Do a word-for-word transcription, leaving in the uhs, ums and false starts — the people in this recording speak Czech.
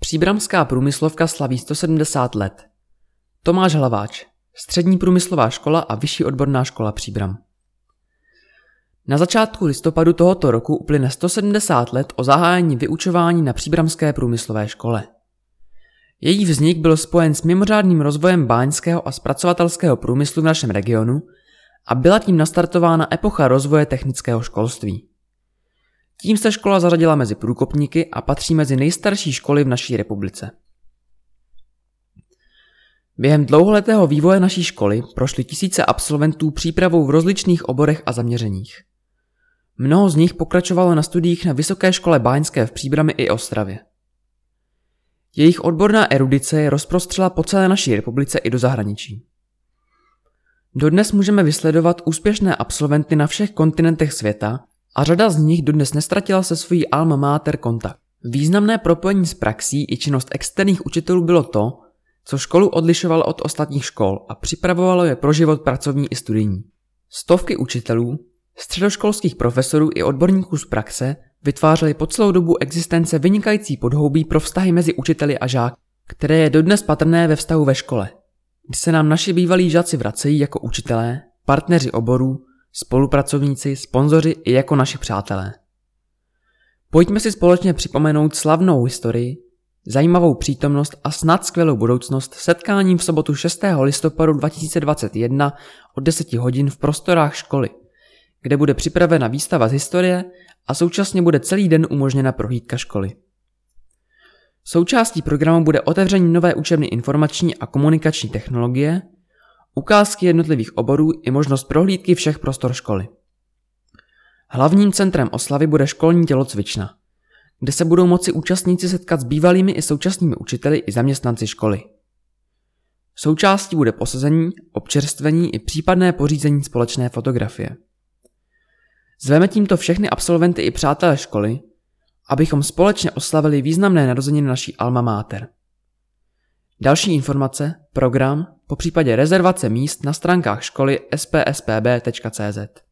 Příbramská průmyslovka slaví sto sedmdesát let. Tomáš Hlaváč, Střední průmyslová škola a Vyšší odborná škola Příbram. Na začátku listopadu tohoto roku uplyne sto sedmdesát let o zahájení vyučování na Příbramské průmyslové škole. Její vznik byl spojen s mimořádným rozvojem báňského a zpracovatelského průmyslu v našem regionu a byla tím nastartována epocha rozvoje technického školství. Tím se škola zařadila mezi průkopníky a patří mezi nejstarší školy v naší republice. Během dlouholetého vývoje naší školy prošly tisíce absolventů přípravou v rozličných oborech a zaměřeních. Mnoho z nich pokračovalo na studiích na Vysoké škole báňské v Příbrami i Ostravě. Jejich odborná erudice je rozprostřela po celé naší republice i do zahraničí. Dodnes můžeme vysledovat úspěšné absolventy na všech kontinentech světa a řada z nich dodnes nestratila se svojí alma mater kontakt. Významné propojení s praxí i činnost externích učitelů bylo to, co školu odlišovalo od ostatních škol a připravovalo je pro život pracovní i studijní. Stovky učitelů, středoškolských profesorů i odborníků z praxe vytvářely po celou dobu existence vynikající podhoubí pro vztahy mezi učiteli a žáky, které je dodnes patrné ve vztahu ve škole, kdy se nám naši bývalí žáci vracejí jako učitelé, partneři oborů, spolupracovníci, sponzoři i jako naši přátelé. Pojďme si společně připomenout slavnou historii, zajímavou přítomnost a snad skvělou budoucnost setkáním v sobotu šestého listopadu dva tisíce dvacet jedna od deset hodin v prostorách školy, kde bude připravena výstava z historie a současně bude celý den umožněna prohlídka školy. Součástí programu bude otevření nové učebny informační a komunikační technologie, ukázky jednotlivých oborů i možnost prohlídky všech prostor školy. Hlavním centrem oslavy bude školní tělocvična, kde se budou moci účastníci setkat s bývalými i současnými učiteli i zaměstnanci školy. Součástí bude posezení, občerstvení i případné pořízení společné fotografie. Zveme tímto všechny absolventy i přátelé školy, abychom společně oslavili významné narozeniny naší alma mater. Další informace, program, popřípadě rezervace míst na stránkách školy s p s p b tečka c z.